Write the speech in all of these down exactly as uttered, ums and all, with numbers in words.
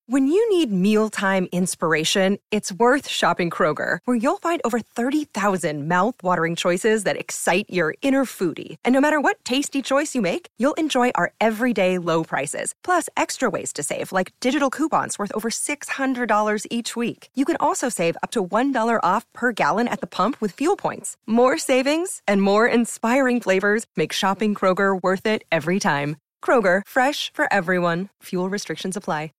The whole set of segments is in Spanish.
When you need mealtime inspiration, it's worth shopping Kroger, where you'll find over thirty thousand mouth-watering choices that excite your inner foodie. And no matter what tasty choice you make, you'll enjoy our everyday low prices, plus extra ways to save, like digital coupons worth over six hundred dollars each week. You can also save up to one dollar off per gallon at the pump with fuel points. More savings and more inspiring flavors make shopping Kroger worth it every time. Kroger, fresh for everyone. Fuel restrictions apply.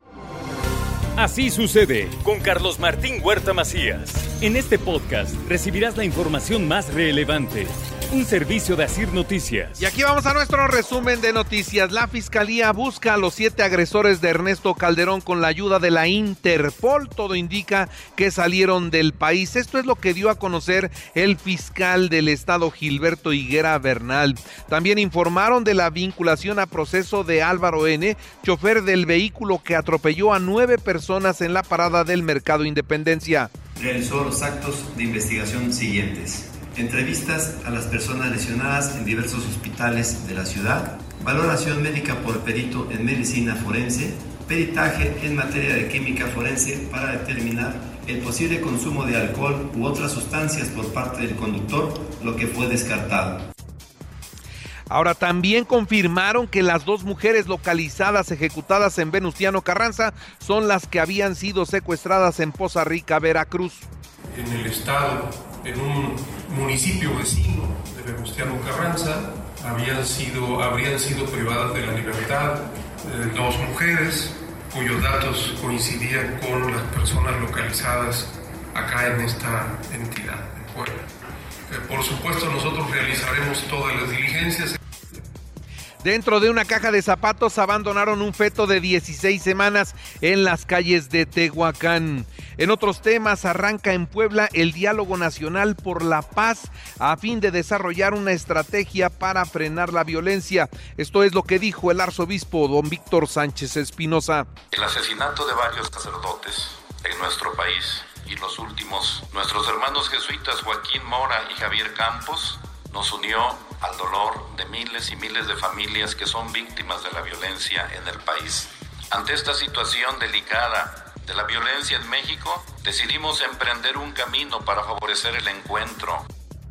Así sucede con Carlos Martín Huerta Macías. En este podcast recibirás la información más relevante. Un servicio de Asir Noticias. Y aquí vamos a nuestro resumen de noticias. La Fiscalía busca a los siete agresores de Ernesto Calderón con la ayuda de la Interpol. Todo indica que salieron del país. Esto es lo que dio a conocer el fiscal del estado, Gilberto Higuera Bernal. También informaron de la vinculación a proceso de Álvaro N., chofer del vehículo que atropelló a nueve personas en la parada del Mercado Independencia. Realizó los actos de investigación siguientes: entrevistas a las personas lesionadas en diversos hospitales de la ciudad, valoración médica por perito en medicina forense, peritaje en materia de química forense para determinar el posible consumo de alcohol u otras sustancias por parte del conductor, lo que fue descartado. Ahora también confirmaron que las dos mujeres localizadas ejecutadas en Venustiano Carranza son las que habían sido secuestradas en Poza Rica, Veracruz. En el estado, en un municipio vecino de Venustiano Carranza, habían sido, habrían sido privadas de la libertad eh, dos mujeres cuyos datos coincidían con las personas localizadas acá en esta entidad, en Puebla. Eh, por supuesto, nosotros realizaremos todas las diligencias. Dentro de una caja de zapatos abandonaron un feto de dieciséis semanas en las calles de Tehuacán. En otros temas, arranca en Puebla el Diálogo Nacional por la Paz a fin de desarrollar una estrategia para frenar la violencia. Esto es lo que dijo el arzobispo don Víctor Sánchez Espinosa. El asesinato de varios sacerdotes en nuestro país y los últimos, nuestros hermanos jesuitas Joaquín Mora y Javier Campos, nos unió al dolor de miles y miles de familias que son víctimas de la violencia en el país. Ante esta situación delicada de la violencia en México, decidimos emprender un camino para favorecer el encuentro.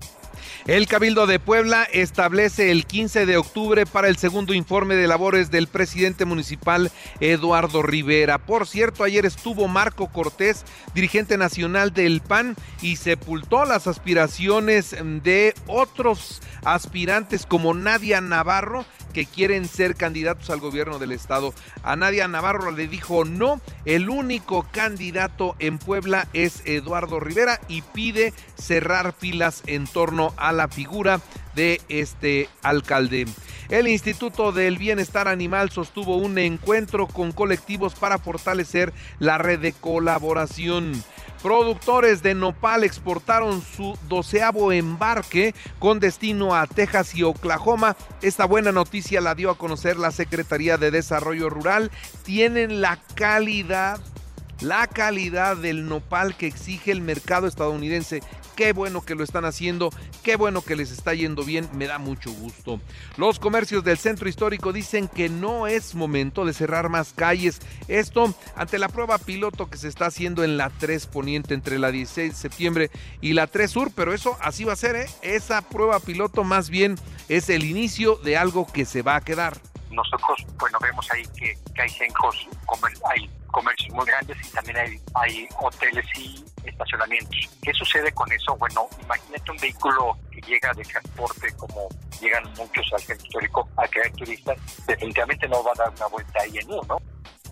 El Cabildo de Puebla establece el quince de octubre para el segundo informe de labores del presidente municipal Eduardo Rivera. Por cierto, ayer estuvo Marco Cortés, dirigente nacional del P A N, y sepultó las aspiraciones de otros aspirantes como Nadia Navarro, que quieren ser candidatos al gobierno del estado. A Nadia Navarro le dijo no, el único candidato en Puebla es Eduardo Rivera, y pide cerrar filas en torno a la figura de este alcalde. El Instituto del Bienestar Animal sostuvo un encuentro con colectivos para fortalecer la red de colaboración. Productores de nopal exportaron su doceavo embarque con destino a Texas y Oklahoma. Esta buena noticia la dio a conocer la Secretaría de Desarrollo Rural. Tienen la calidad, la calidad del nopal que exige el mercado estadounidense. Qué bueno que lo están haciendo, qué bueno que les está yendo bien, me da mucho gusto. Los comercios del centro histórico dicen que no es momento de cerrar más calles. Esto ante la prueba piloto que se está haciendo en la tres Poniente entre la dieciséis de septiembre y la tres Sur, pero eso así va a ser, ¿eh? Esa prueba piloto más bien es el inicio de algo que se va a quedar. Nosotros, bueno, vemos ahí que, que hay centros, comer, hay comercios muy grandes y también hay, hay hoteles y estacionamientos. ¿Qué sucede con eso? Bueno, imagínate un vehículo que llega de transporte, como llegan muchos al centro histórico a traer turistas, definitivamente no va a dar una vuelta ahí en uno, ¿no?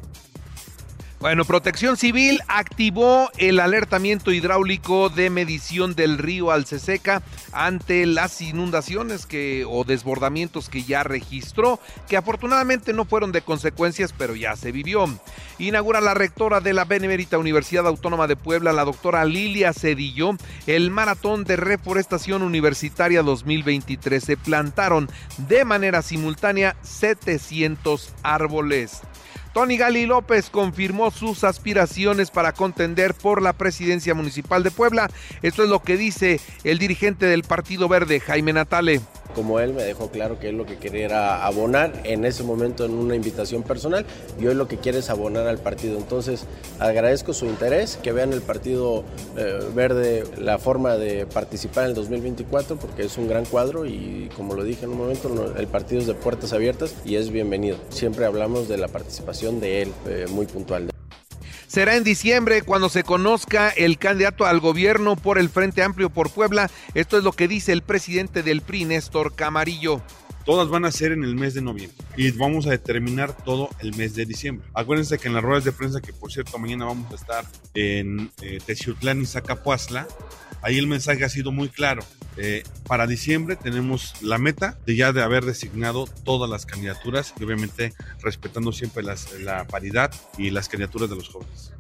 Bueno, Protección Civil activó el alertamiento hidráulico de medición del río Alceseca ante las inundaciones que o desbordamientos que ya registró, que afortunadamente no fueron de consecuencias, pero ya se vivió. Inaugura la rectora de la Benemérita Universidad Autónoma de Puebla, la doctora Lilia Cedillo, el Maratón de Reforestación Universitaria dos mil veintitrés. Se plantaron de manera simultánea setecientos árboles. Tony Gali López confirmó sus aspiraciones para contender por la presidencia municipal de Puebla. Esto es lo que dice el dirigente del Partido Verde, Jaime Natale. Como él me dejó claro que él lo que quería era abonar en ese momento en una invitación personal y hoy lo que quiere es abonar al partido. Entonces agradezco su interés, que vean el Partido eh, Verde, la forma de participar en el dos mil veinticuatro, porque es un gran cuadro y como lo dije en un momento, el partido es de puertas abiertas y es bienvenido. Siempre hablamos de la participación de él, eh, muy puntual. Será en diciembre cuando se conozca el candidato al gobierno por el Frente Amplio por Puebla. Esto es lo que dice el presidente del P R I, Néstor Camarillo. Todas van a ser en el mes de noviembre y vamos a determinar todo el mes de diciembre. Acuérdense que en las ruedas de prensa, que por cierto mañana vamos a estar en eh, Textiutlán y Zacapuazla, ahí el mensaje ha sido muy claro. Eh, para diciembre tenemos la meta de ya de haber designado todas las candidaturas y obviamente respetando siempre las, la paridad y las candidaturas de los jóvenes.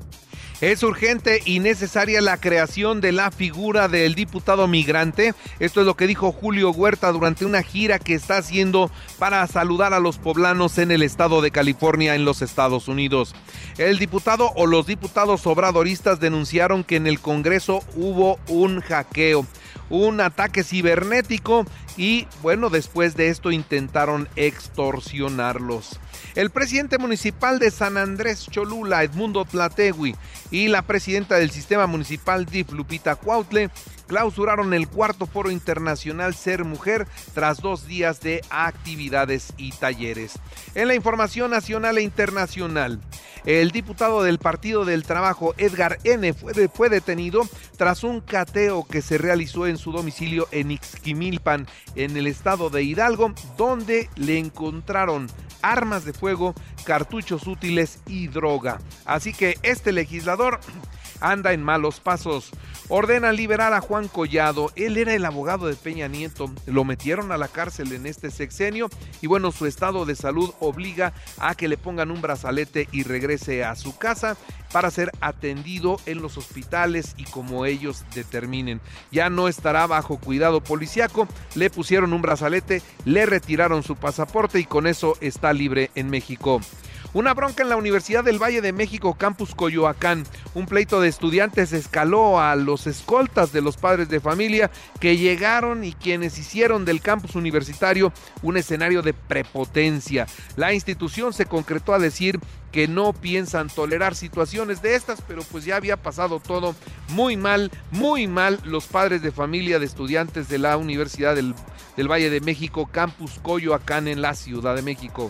Es urgente y necesaria la creación de la figura del diputado migrante. Esto es lo que dijo Julio Huerta durante una gira que está haciendo para saludar a los poblanos en el estado de California, en los Estados Unidos. El diputado o los diputados obradoristas denunciaron que en el Congreso hubo un hackeo, un ataque cibernético y, bueno, después de esto intentaron extorsionarlos. El presidente municipal de San Andrés Cholula, Edmundo Tlategui, y la presidenta del sistema municipal D I F, Lupita Cuautle, clausuraron el cuarto foro internacional Ser Mujer tras dos días de actividades y talleres. En la información nacional e internacional, el diputado del Partido del Trabajo, Edgar N., fue, de, fue detenido tras un cateo que se realizó en su domicilio en Ixquimilpan, en el estado de Hidalgo, donde le encontraron armas de fuego, cartuchos útiles y droga. Así que este legislador anda en malos pasos. Ordenan liberar a Juan Collado. Él era el abogado de Peña Nieto. Lo metieron a la cárcel en este sexenio y bueno, su estado de salud obliga a que le pongan un brazalete y regrese a su casa para ser atendido en los hospitales y como ellos determinen. Ya no estará bajo cuidado policiaco. Le pusieron un brazalete, le retiraron su pasaporte y con eso está libre en México. Una bronca en la Universidad del Valle de México, Campus Coyoacán. Un pleito de estudiantes escaló a los escoltas de los padres de familia que llegaron y quienes hicieron del campus universitario un escenario de prepotencia. La institución se concretó a decir que no piensan tolerar situaciones de estas, pero pues ya había pasado todo muy mal, muy mal. Los padres de familia de estudiantes de la Universidad del, del Valle de México, Campus Coyoacán en la Ciudad de México.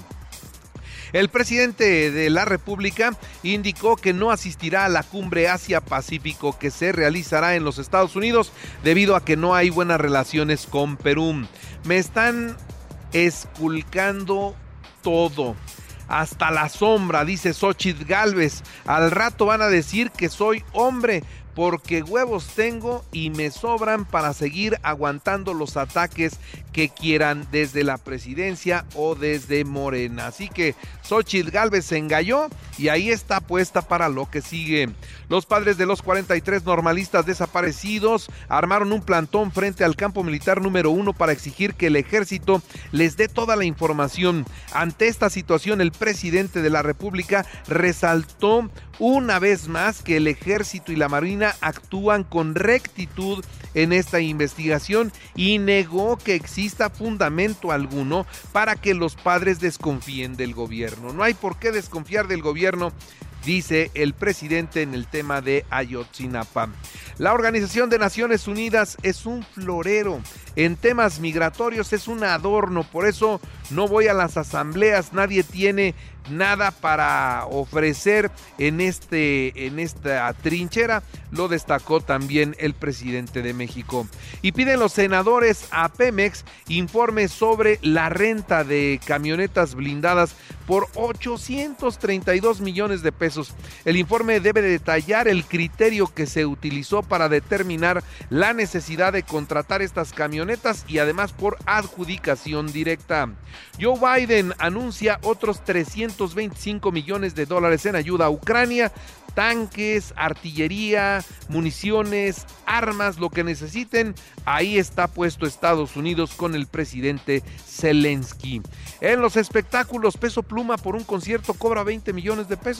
El presidente de la República indicó que no asistirá a la cumbre Asia-Pacífico que se realizará en los Estados Unidos debido a que no hay buenas relaciones con Perú. Me están esculcando todo, hasta la sombra, dice Xóchitl Gálvez. Al rato van a decir que soy hombre, porque huevos tengo y me sobran para seguir aguantando los ataques que quieran desde la presidencia o desde Morena. Así que Xóchitl Gálvez se engalló y ahí está puesta para lo que sigue. Los padres de los cuarenta y tres normalistas desaparecidos armaron un plantón frente al campo militar número uno para exigir que el ejército les dé toda la información. Ante esta situación, el presidente de la República resaltó una vez más que el ejército y la marina actúan con rectitud en esta investigación y negó que exista fundamento alguno para que los padres desconfíen del gobierno. No hay por qué desconfiar del gobierno, dice el presidente en el tema de Ayotzinapa. La Organización de Naciones Unidas es un florero. En temas migratorios es un adorno, por eso no voy a las asambleas, nadie tiene nada para ofrecer en, este, en esta trinchera, lo destacó también el presidente de México. Y piden los senadores a Pemex informe sobre la renta de camionetas blindadas por ochocientos treinta y dos millones de pesos. El informe debe detallar el criterio que se utilizó para determinar la necesidad de contratar estas camionetas y además por adjudicación directa. Joe Biden anuncia otros trescientos veinticinco millones de dólares en ayuda a Ucrania, tanques, artillería, municiones, armas, lo que necesiten. Ahí está puesto Estados Unidos con el presidente Zelensky. En los espectáculos, Peso Pluma por un concierto cobra veinte millones de pesos, ¿eh?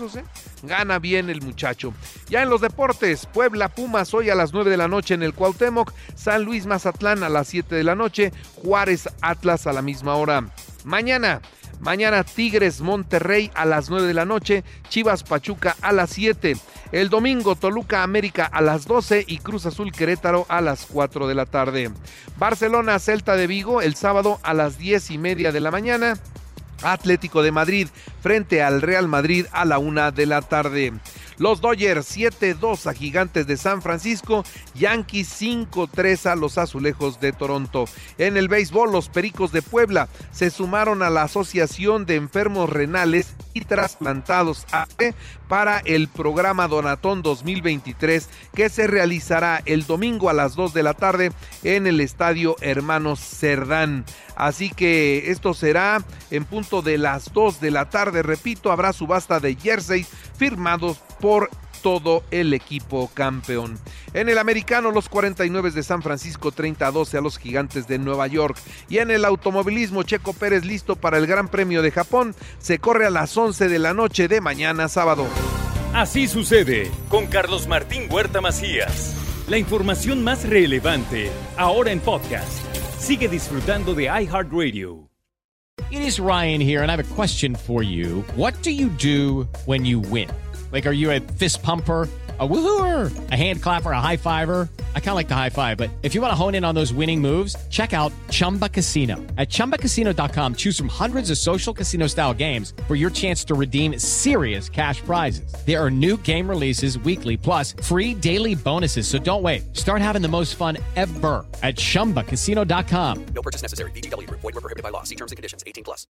Gana bien el muchacho. Ya en los deportes, Puebla Pumas hoy a las nueve de la noche en el Cuauhtémoc, San Luis Mazatlán a las siete de la noche, Juárez Atlas a la misma hora. Mañana, mañana Tigres Monterrey a las nueve de la noche, Chivas Pachuca a las siete. El domingo Toluca América a las doce y Cruz Azul Querétaro a las cuatro de la tarde. Barcelona Celta de Vigo el sábado a las diez y media de la mañana. Atlético de Madrid frente al Real Madrid a la una de la tarde. Los Dodgers siete dos a Gigantes de San Francisco, Yankees cinco tres a los Azulejos de Toronto. En el béisbol, los Pericos de Puebla se sumaron a la Asociación de Enfermos Renales y Trasplantados A C para el programa Donatón dos mil veintitrés, que se realizará el domingo a las dos de la tarde en el Estadio Hermanos Cerdán. Así que esto será en punto de las dos de la tarde. Repito, habrá subasta de jerseys firmados por todo el equipo campeón. En el americano, los cuarenta y nueve de San Francisco treinta a doce a los Gigantes de Nueva York. Y en el automovilismo, Checo Pérez listo para el Gran Premio de Japón. Se corre a las once de la noche de mañana sábado. Así sucede con Carlos Martín Huerta Macías. La información más relevante ahora en podcast. Sigue disfrutando de iHeartRadio. It is Ryan here, and I have a question for you. What do you do when you win? Like, are you a fist pumper, a woohooer, a hand clapper, a high fiver? I kind of like the high five, but if you want to hone in on those winning moves, check out Chumba Casino. At chumba casino dot com, choose from hundreds of social casino style games for your chance to redeem serious cash prizes. There are new game releases weekly, plus free daily bonuses. So don't wait. Start having the most fun ever at chumba casino dot com. No purchase necessary. V G W Group. Void where prohibited by law. See terms and conditions. eighteen plus.